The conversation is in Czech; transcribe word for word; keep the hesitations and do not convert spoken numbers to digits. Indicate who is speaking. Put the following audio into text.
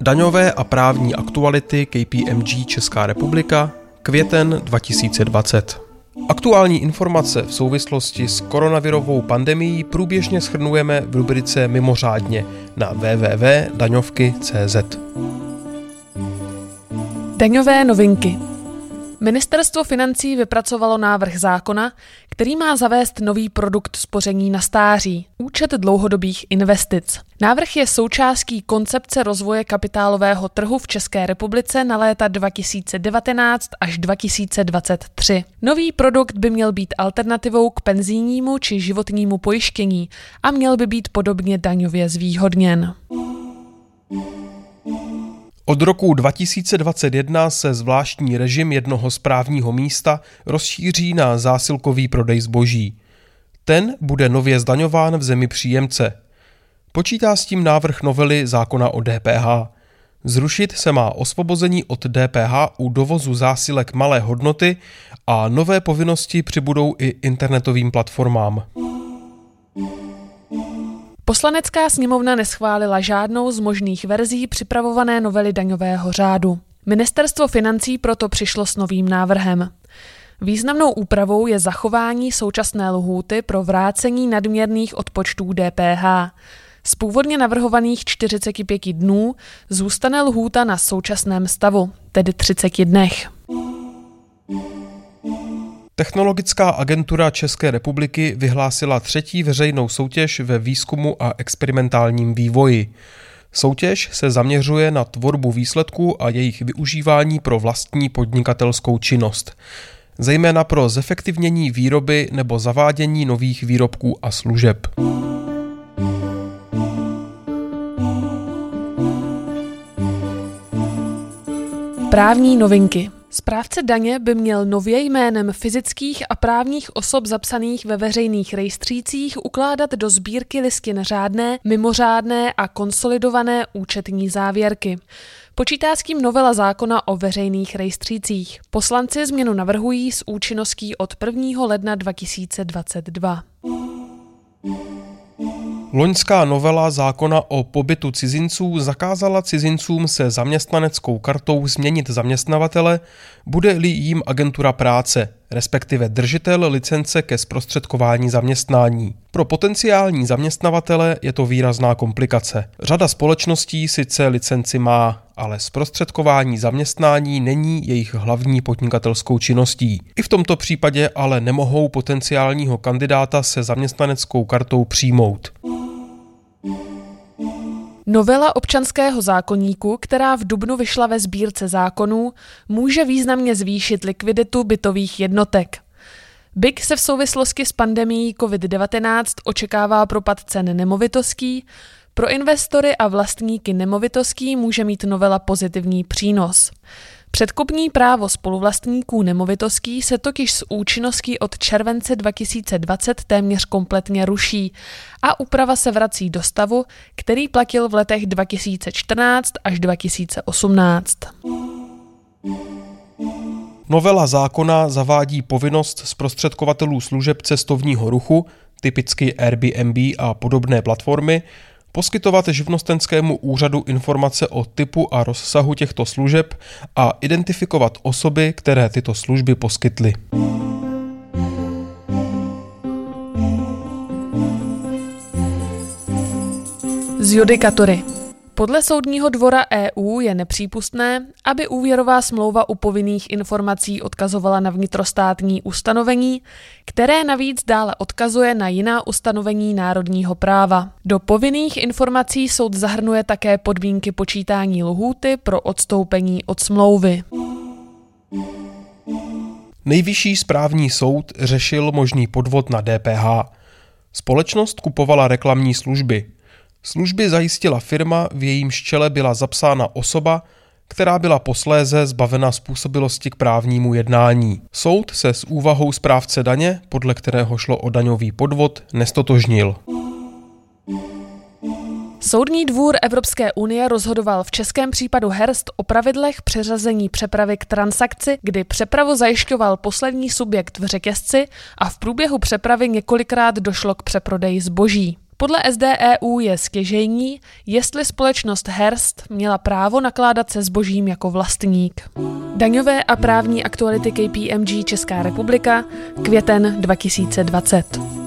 Speaker 1: Daňové a právní aktuality K P M G Česká republika, květen dva tisíce dvacet. Aktuální informace v souvislosti s koronavirovou pandemií průběžně shrnujeme v rubrice Mimořádně na w w w tečka daňovky tečka c z.
Speaker 2: Daňové novinky. Ministerstvo financí vypracovalo návrh zákona, který má zavést nový produkt spoření na stáří, účet dlouhodobých investic. Návrh je součástí koncepce rozvoje kapitálového trhu v České republice na léta dva tisíce devatenáct až dva tisíce dvacet tři. Nový produkt by měl být alternativou k penzijnímu či životnímu pojištění a měl by být podobně daňově zvýhodněn.
Speaker 1: Od roku dva tisíce dvacet jedna se zvláštní režim jednoho správního místa rozšíří na zásilkový prodej zboží. Ten bude nově zdaňován v zemi příjemce. Počítá s tím návrh novely zákona o D P H. Zrušit se má osvobození od D P H u dovozu zásilek malé hodnoty a nové povinnosti přibudou i internetovým platformám.
Speaker 2: Poslanecká sněmovna neschválila žádnou z možných verzí připravované novely daňového řádu. Ministerstvo financí proto přišlo s novým návrhem. Významnou úpravou je zachování současné lhůty pro vrácení nadměrných odpočtů D P H. Z původně navrhovaných čtyřiceti pěti dnů zůstane lhůta na současném stavu, tedy třiceti dnech.
Speaker 1: Technologická agentura České republiky vyhlásila třetí veřejnou soutěž ve výzkumu a experimentálním vývoji. Soutěž se zaměřuje na tvorbu výsledků a jejich využívání pro vlastní podnikatelskou činnost, zejména pro zefektivnění výroby nebo zavádění nových výrobků a služeb.
Speaker 2: Právní novinky. Správce daně by měl nově jménem fyzických a právních osob zapsaných ve veřejných rejstřících ukládat do sbírky listin řádné, mimořádné a konsolidované účetní závěrky. Počítá s tím novela zákona o veřejných rejstřících. Poslanci změnu navrhují s účinností od prvního ledna dva tisíce dvacet dva.
Speaker 1: Loňská novela zákona o pobytu cizinců zakázala cizincům se zaměstnaneckou kartou změnit zaměstnavatele, bude-li jim agentura práce, respektive držitel licence ke zprostředkování zaměstnání. Pro potenciální zaměstnavatele je to výrazná komplikace. Řada společností sice licenci má, ale zprostředkování zaměstnání není jejich hlavní podnikatelskou činností. I v tomto případě ale nemohou potenciálního kandidáta se zaměstnaneckou kartou přijmout.
Speaker 2: Novela občanského zákoníku, která v dubnu vyšla ve sbírce zákonů, může významně zvýšit likviditu bytových jednotek. B I K se v souvislosti s pandemií covid devatenáct očekává propad cen nemovitostí. Pro investory a vlastníky nemovitostí může mít novela pozitivní přínos. Předkupní právo spoluvlastníků nemovitostí se totiž s účinností od července dva tisíce dvacet téměř kompletně ruší a úprava se vrací do stavu, který platil v letech dva tisíce čtrnáct až dva tisíce osmnáct.
Speaker 1: Novela zákona zavádí povinnost zprostředkovatelů služeb cestovního ruchu, typicky Airbnb a podobné platformy, poskytovat živnostenskému úřadu informace o typu a rozsahu těchto služeb a identifikovat osoby, které tyto služby poskytly.
Speaker 2: Z judikatury. Podle Soudního dvora E U je nepřípustné, aby úvěrová smlouva u povinných informací odkazovala na vnitrostátní ustanovení, které navíc dále odkazuje na jiná ustanovení národního práva. Do povinných informací soud zahrnuje také podmínky počítání lhůty pro odstoupení od smlouvy.
Speaker 1: Nejvyšší správní soud řešil možný podvod na D P H. Společnost kupovala reklamní služby. Služby zajistila firma, v jejímž čele byla zapsána osoba, která byla posléze zbavena způsobilosti k právnímu jednání. Soud se s úvahou správce daně, podle kterého šlo o daňový podvod, nestotožnil.
Speaker 2: Soudní dvůr Evropské unie rozhodoval v českém případu Hearst o pravidlech přeřazení přepravy k transakci, kdy přepravu zajišťoval poslední subjekt v řetězci a v průběhu přepravy několikrát došlo k přeprodeji zboží. Podle S D E U je stěžejní, jestli společnost Hearst měla právo nakládat se zbožím jako vlastník. Daňové a právní aktuality K P M G Česká republika, květen dva tisíce dvacet.